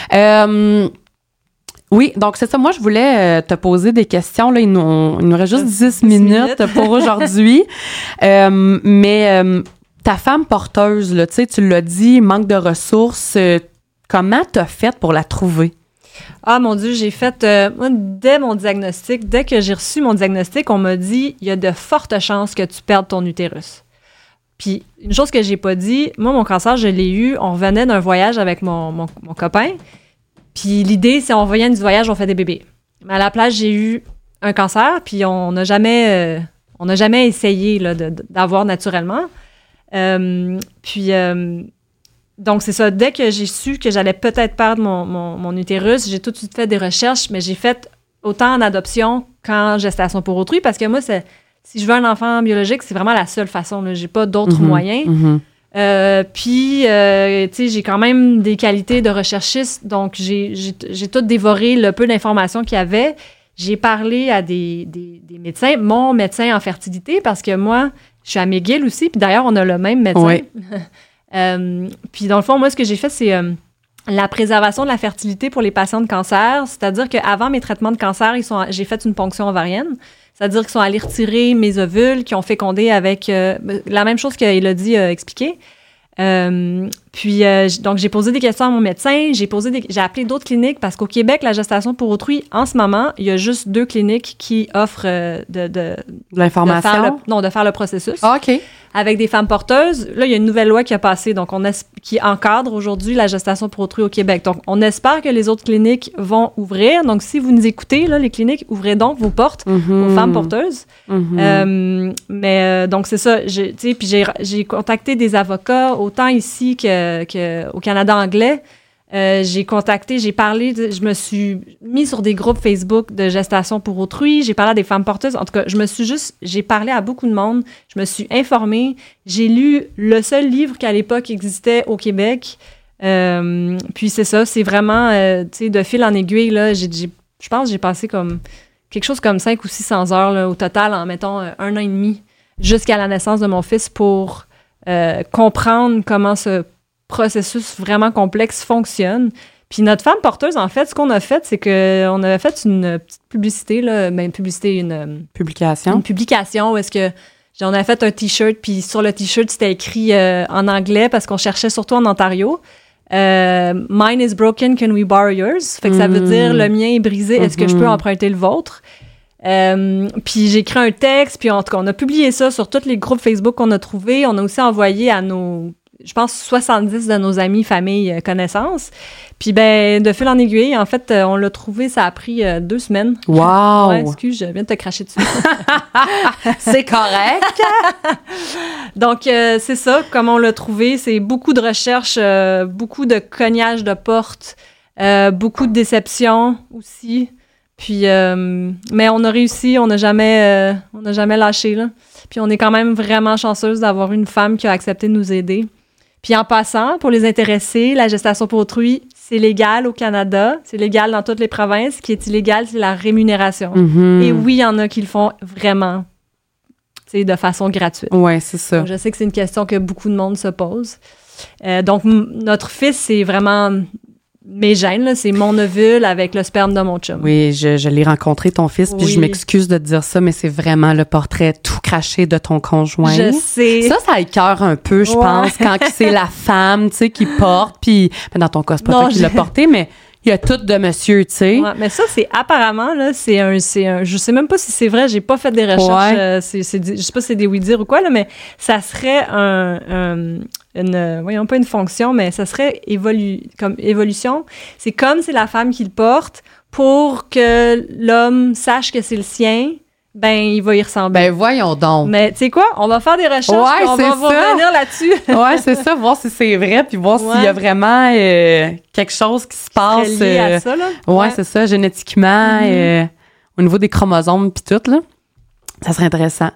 Oui, donc c'est ça. Moi, je voulais te poser des questions. Là, il nous reste juste 10 minutes pour aujourd'hui. Mais ta femme porteuse, là, tu l'as dit, manque de ressources. Comment t'as fait pour la trouver? Ah, mon Dieu, j'ai fait... moi, dès que j'ai reçu mon diagnostic, on m'a dit, il y a de fortes chances que tu perdes ton utérus. Puis, une chose que j'ai pas dit, moi, mon cancer, je l'ai eu. On revenait d'un voyage avec mon copain. Puis l'idée, c'est on revient du voyage, on fait des bébés. Mais à la place, j'ai eu un cancer, puis on n'a jamais essayé là, d'avoir naturellement. Donc, c'est ça. Dès que j'ai su que j'allais peut-être perdre mon utérus, j'ai tout de suite fait des recherches, mais j'ai fait autant en adoption qu'en gestation pour autrui, parce que moi, si je veux un enfant biologique, c'est vraiment la seule façon. Là. J'ai pas d'autres moyens. Puis, tu sais, j'ai quand même des qualités de recherchiste, donc j'ai tout dévoré le peu d'informations qu'il y avait. J'ai parlé à des médecins, mon médecin en fertilité, parce que moi, je suis à McGill aussi, puis d'ailleurs, on a le même médecin. Puis, dans le fond, moi, ce que j'ai fait, c'est la préservation de la fertilité pour les patients de cancer, c'est-à-dire qu'avant mes traitements de cancer, j'ai fait une ponction ovarienne. C'est-à-dire qu'ils sont allés retirer mes ovules, qui ont fécondé avec la même chose qu'Élodie a expliqué. Donc, j'ai posé des questions à mon médecin, j'ai appelé d'autres cliniques parce qu'au Québec, la gestation pour autrui, en ce moment, il y a juste 2 cliniques qui offrent de l'information? De faire le processus. Ah, OK. Avec des femmes porteuses. Là, il y a une nouvelle loi qui a passé, donc qui encadre aujourd'hui la gestation pour autrui au Québec. Donc, on espère que les autres cliniques vont ouvrir. Donc, si vous nous écoutez, là, les cliniques, ouvrez donc vos portes aux femmes porteuses. Donc, c'est ça. Puis j'ai contacté des avocats, autant ici qu'au Canada anglais. J'ai parlé, je me suis mis sur des groupes Facebook de gestation pour autrui, j'ai parlé à des femmes porteuses, en tout cas, j'ai parlé à beaucoup de monde, je me suis informée, j'ai lu le seul livre qui à l'époque existait au Québec, puis c'est ça, c'est vraiment, tu sais, de fil en aiguille, là, je pense que j'ai passé comme quelque chose comme 500 ou 600 heures là, au total, en mettons 1 an et demi, jusqu'à la naissance de mon fils pour comprendre comment ce processus vraiment complexe fonctionne. Puis notre femme porteuse, en fait, ce qu'on a fait, c'est qu'on avait fait une petite publicité, là, une publication. Une publication où est-ce que on avait fait un T-shirt, puis sur le T-shirt, c'était écrit en anglais parce qu'on cherchait surtout en Ontario. Mine is broken, can we borrow yours? Fait que ça veut dire le mien est brisé, est-ce que je peux emprunter le vôtre? Puis j'ai écrit un texte, puis en tout cas, on a publié ça sur tous les groupes Facebook qu'on a trouvés. On a aussi envoyé à je pense 70 de nos amis, familles, connaissances. Puis de fil en aiguille, en fait, on l'a trouvé, ça a pris 2 semaines. Wow! Ouais, excuse, je viens de te cracher dessus. C'est correct! Donc, c'est ça, comme on l'a trouvé, c'est beaucoup de recherches, beaucoup de cognage de portes, beaucoup de déceptions aussi. Puis, mais on a réussi, on n'a jamais lâché, là. Puis on est quand même vraiment chanceuse d'avoir une femme qui a accepté de nous aider. Puis en passant, pour les intéressés, la gestation pour autrui, c'est légal au Canada, c'est légal dans toutes les provinces. Ce qui est illégal, c'est la rémunération. Et oui, il y en a qui le font vraiment, tu sais, de façon gratuite. Oui, c'est ça. Donc, je sais que c'est une question que beaucoup de monde se pose. Donc, notre fils, c'est vraiment mes gènes, là, c'est mon ovule avec le sperme de mon chum. Oui, je l'ai rencontré, ton fils, puis je m'excuse de te dire ça, mais c'est vraiment le portrait tout craché de ton conjoint. Je sais. Ça écœure un peu, je pense, quand c'est la femme, tu sais, qui porte, puis dans ton cas, c'est pas toi qui l'as porté, mais il y a tout de monsieur, tu sais. Ouais, mais ça, c'est apparemment, là, c'est un, je sais même pas si c'est vrai, j'ai pas fait des recherches, je sais pas si c'est des oui-dire ou quoi, là, mais ça serait pas une fonction, mais ça serait comme évolution. C'est comme c'est la femme qui le porte pour que l'homme sache que c'est le sien. Il va y ressembler. Voyons donc. Mais tu sais quoi? On va faire des recherches, puis on va revenir là-dessus. Ouais, c'est ça, voir si c'est vrai, puis voir s'il y a vraiment quelque chose qui se passe. Lié à ça, là. Ouais, c'est ça, génétiquement, au niveau des chromosomes, puis tout, là. Ça serait intéressant.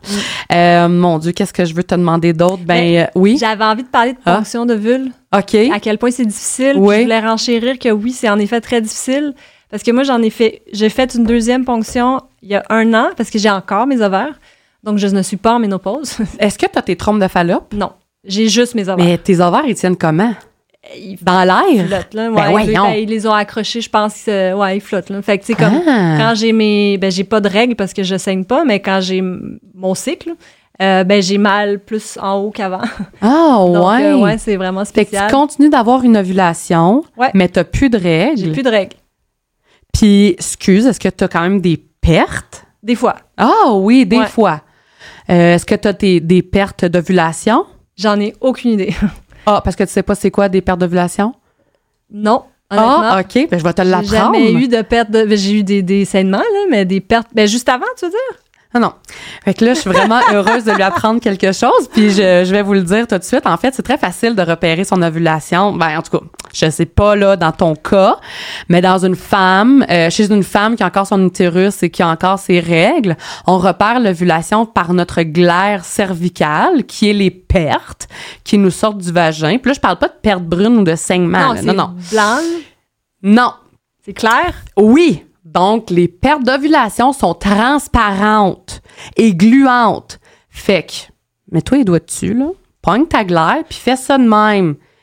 Mon Dieu, qu'est-ce que je veux te demander d'autre? Oui. J'avais envie de parler de ponction de vulve. OK. À quel point c'est difficile. Oui. Je voulais renchérir que oui, c'est en effet très difficile. Parce que moi, j'ai fait une 2e ponction il y a 1 an, parce que j'ai encore mes ovaires. Donc, je ne suis pas en ménopause. Est-ce que tu as tes trompes de Fallope? Non. J'ai juste mes ovaires. Mais tes ovaires, ils tiennent comment? Dans l'air? Ils flottent, là. Ils les ont accrochés, je pense. Ils flottent, là. Fait que, tu sais, comme quand j'ai j'ai pas de règles parce que je saigne pas, mais quand j'ai mon cycle, j'ai mal plus en haut qu'avant. Ah, ouais. Donc, c'est vraiment spécial. Fait que tu continues d'avoir une ovulation, mais t'as plus de règles. J'ai plus de règles. Puis, est-ce que t'as quand même des pertes? Des fois. Ah oui, des fois. Est-ce que t'as des pertes d'ovulation? J'en ai aucune idée. Ah, parce que tu sais pas c'est quoi des pertes d'ovulation? Non, honnêtement. Ah, OK. Je vais te l'apprendre. J'ai jamais eu de pertes j'ai eu des saignements, là, mais des pertes... juste avant, tu veux dire? Non. Fait que là, je suis vraiment heureuse de lui apprendre quelque chose, puis je vais vous le dire tout de suite. En fait, c'est très facile de repérer son ovulation. En tout cas, je sais pas, là, dans ton cas, mais dans une femme, chez une femme qui a encore son utérus et qui a encore ses règles, on repère l'ovulation par notre glaire cervicale, qui est les pertes qui nous sortent du vagin. Puis là, je parle pas de pertes brunes ou de saignements. Non. Blanc? Non. C'est clair? Oui. Donc, les pertes d'ovulation sont transparentes et gluantes. Fait que, mets-toi les doigts dessus, là, pogne ta glaire, puis fais ça de même.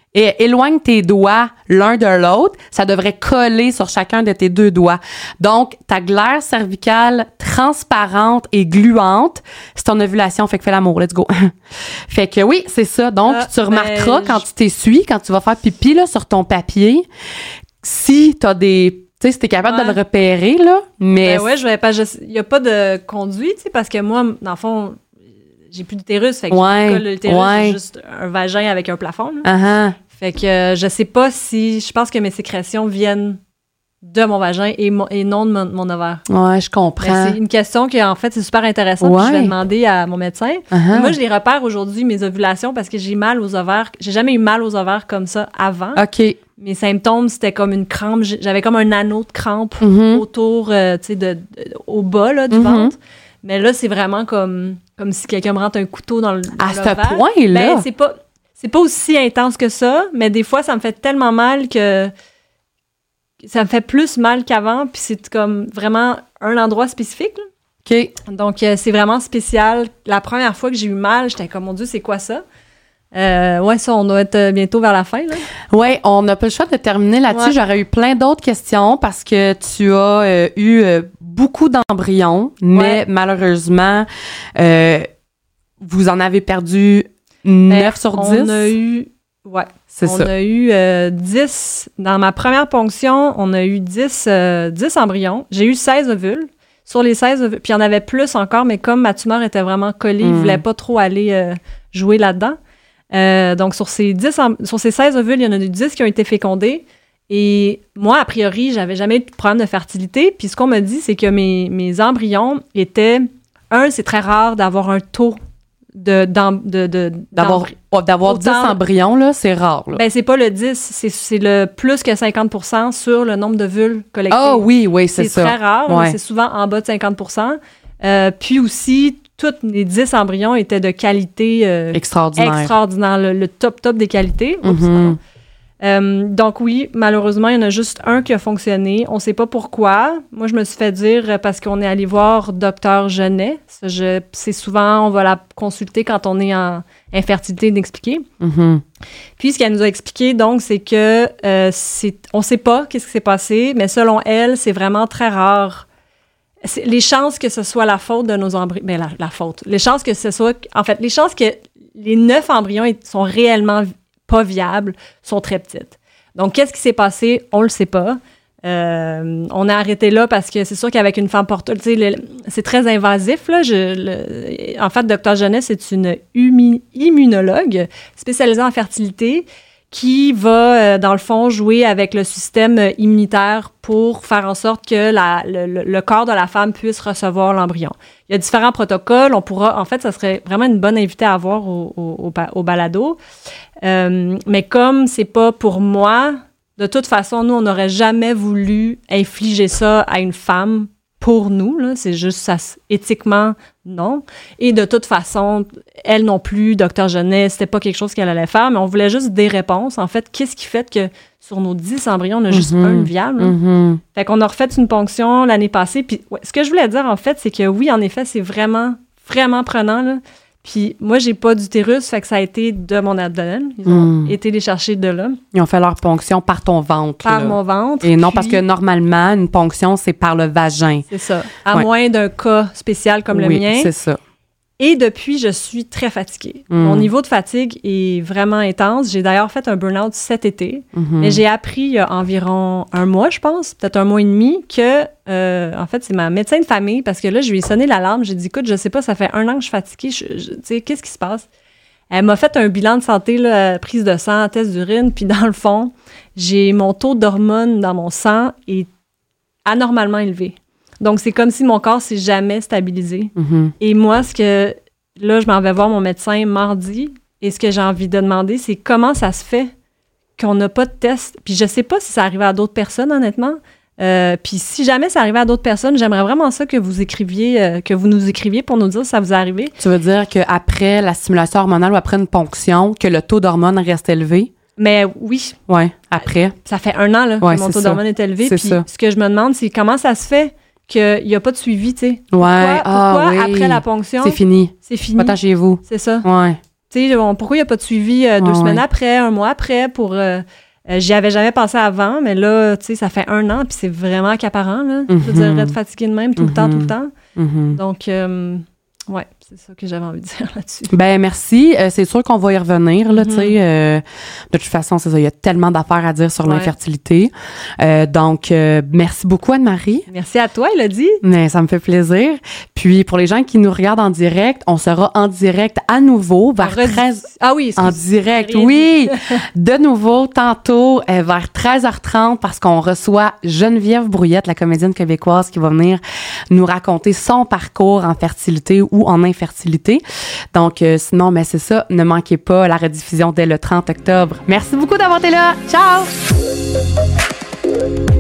éloigne tes doigts l'un de l'autre, ça devrait coller sur chacun de tes 2 doigts. Donc, ta glaire cervicale transparente et gluante, c'est ton ovulation, fait que fais l'amour, let's go. Fait que oui, c'est ça. Donc, tu remarqueras quand tu t'essuies, quand tu vas faire pipi là, sur ton papier, si t'as des... Tu sais, si t'es capable de le repérer, là, mais... Ben ouais, il y a pas de conduit, tu sais, parce que moi, dans le fond, j'ai plus d'utérus, fait que l'utérus, c'est juste un vagin avec un plafond, là. Fait que je sais pas si... Je pense que mes sécrétions viennent de mon vagin et non de mon ovaire. Ouais, je comprends. Mais c'est une question qui, en fait, c'est super intéressante. Puis je vais demander à mon médecin. Moi, je les repère aujourd'hui, mes ovulations, parce que j'ai mal aux ovaires. J'ai jamais eu mal aux ovaires comme ça avant. OK. Mes symptômes, c'était comme une crampe. J'avais comme un anneau de crampe autour, tu sais, au bas là, du ventre. Mais là, c'est vraiment comme si quelqu'un me rentre un couteau dans l'ovaire. À ce point-là? Ben, c'est pas aussi intense que ça, mais des fois, ça me fait tellement mal que ça me fait plus mal qu'avant, puis c'est comme vraiment un endroit spécifique, là. OK. Donc, c'est vraiment spécial. La première fois que j'ai eu mal, j'étais comme, mon Dieu, c'est quoi ça? Ouais, ça, on doit être bientôt vers la fin, là. Ouais, on n'a pas le choix de terminer là-dessus. Ouais. J'aurais eu plein d'autres questions parce que tu as eu beaucoup d'embryons, mais malheureusement, vous en avez perdu 9 sur 10. On a eu... Ouais. On a eu 10... Dans ma première ponction, on a eu 10 embryons. J'ai eu 16 ovules. Sur les 16 ovules, puis il y en avait plus encore, mais comme ma tumeur était vraiment collée, il ne voulait pas trop aller jouer là-dedans. Donc, sur ces 16 ovules, il y en a eu 10 qui ont été fécondés. Et moi, a priori, j'avais jamais eu de problème de fertilité. Puis ce qu'on m'a dit, c'est que mes embryons étaient... c'est très rare d'avoir un taux d'avoir 10 embryons, là, c'est rare. Là. Ben, c'est pas le 10, c'est le plus que 50% sur le nombre d'ovules collectés. Ah oui, c'est ça. C'est très rare, c'est souvent en bas de 50%. Puis aussi, tous les 10 embryons étaient de qualité extraordinaire, le top des qualités. Donc oui, malheureusement, il y en a juste un qui a fonctionné. On ne sait pas pourquoi. Moi, je me suis fait dire parce qu'on est allé voir Dr Genet. C'est souvent, on va la consulter quand on est en infertilité d'expliquer. Puis, ce qu'elle nous a expliqué, donc, c'est que on ne sait pas qu'est-ce qui s'est passé, mais selon elle, c'est vraiment très rare. Les chances que ce soit la faute de nos embryons... Ben, la faute. Les chances que ce soit... En fait, les chances que les 9 embryons sont réellement pas viables sont très petites. Donc, qu'est-ce qui s'est passé? On le sait pas. On a arrêté là parce que c'est sûr qu'avec une femme porteuse, c'est très invasif. Là. En fait, Dr Genet, c'est une immunologue spécialisée en fertilité qui va, dans le fond, jouer avec le système immunitaire pour faire en sorte que le corps de la femme puisse recevoir l'embryon. Il y a différents protocoles. On pourra, en fait, ça serait vraiment une bonne invitée à avoir au balado. Mais comme c'est pas pour moi, de toute façon, nous, on n'aurait jamais voulu infliger ça à une femme pour nous, là. C'est juste ça, éthiquement, non. Et de toute façon, elle non plus, Dr Genet, c'était pas quelque chose qu'elle allait faire, mais on voulait juste des réponses. En fait, qu'est-ce qui fait que sur nos 10 embryons, on a juste un viable? Fait qu'on a refait une ponction l'année passée. Puis ce que je voulais dire, en fait, c'est que oui, en effet, c'est vraiment, vraiment prenant, là. Puis moi, j'ai pas d'utérus, fait que ça a été de mon abdomen. Ils ont été les chercher de là. Ils ont fait leur ponction par ton ventre. Par mon ventre. Et non, parce que normalement, une ponction, c'est par le vagin. C'est ça. À moins d'un cas spécial comme le mien. Oui, c'est ça. Et depuis, je suis très fatiguée. Mon niveau de fatigue est vraiment intense. J'ai d'ailleurs fait un burn-out cet été. Mais j'ai appris il y a environ un mois, je pense, peut-être un mois et demi, que, en fait, c'est ma médecin de famille, parce que là, je lui ai sonné l'alarme. J'ai dit, écoute, je sais pas, ça fait 1 an que je suis fatiguée. Tu sais, qu'est-ce qui se passe? Elle m'a fait un bilan de santé, là, prise de sang, test d'urine, puis dans le fond, j'ai mon taux d'hormones dans mon sang est anormalement élevé. Donc, c'est comme si mon corps s'est jamais stabilisé. Et moi, là, je m'en vais voir mon médecin mardi, et ce que j'ai envie de demander, c'est comment ça se fait qu'on n'a pas de test. Puis je sais pas si ça arrivait à d'autres personnes, honnêtement. Puis si jamais ça arrivait à d'autres personnes, j'aimerais vraiment ça que vous nous écriviez pour nous dire si ça vous est arrivé. Tu veux dire qu'après la stimulation hormonale ou après une ponction, que le taux d'hormones reste élevé? Mais oui. Oui, après. Ça fait 1 an là, que mon taux d'hormones est élevé. Puis ce que je me demande, c'est comment ça se fait qu'il n'y a pas de suivi, tu sais. Pourquoi après la ponction... C'est fini. C'est fini. Attachez-vous. C'est ça. Ouais. tu sais, pourquoi il n'y a pas de suivi 2 semaines après, 1 mois après pour... j'y avais jamais pensé avant, mais là, tu sais, ça fait 1 an, puis c'est vraiment accaparant, là. Je veux dire, être fatigué de même tout le temps. Donc, ouais, c'est ça que j'avais envie de dire là-dessus. Ben merci. C'est sûr qu'on va y revenir, là, tu sais. De toute façon, c'est ça, il y a tellement d'affaires à dire sur l'infertilité. Donc, merci beaucoup, Anne-Marie. Merci à toi, Élodie. Mais ça me fait plaisir. Puis, pour les gens qui nous regardent en direct, on sera en direct à nouveau vers 13... Ah oui, en direct, oui! De nouveau, tantôt, vers 13h30, parce qu'on reçoit Geneviève Brouillette, la comédienne québécoise, qui va venir nous raconter son parcours en fertilité ou en infertilité. Donc, sinon, c'est ça. Ne manquez pas la rediffusion dès le 30 octobre. Merci beaucoup d'avoir été là. Ciao!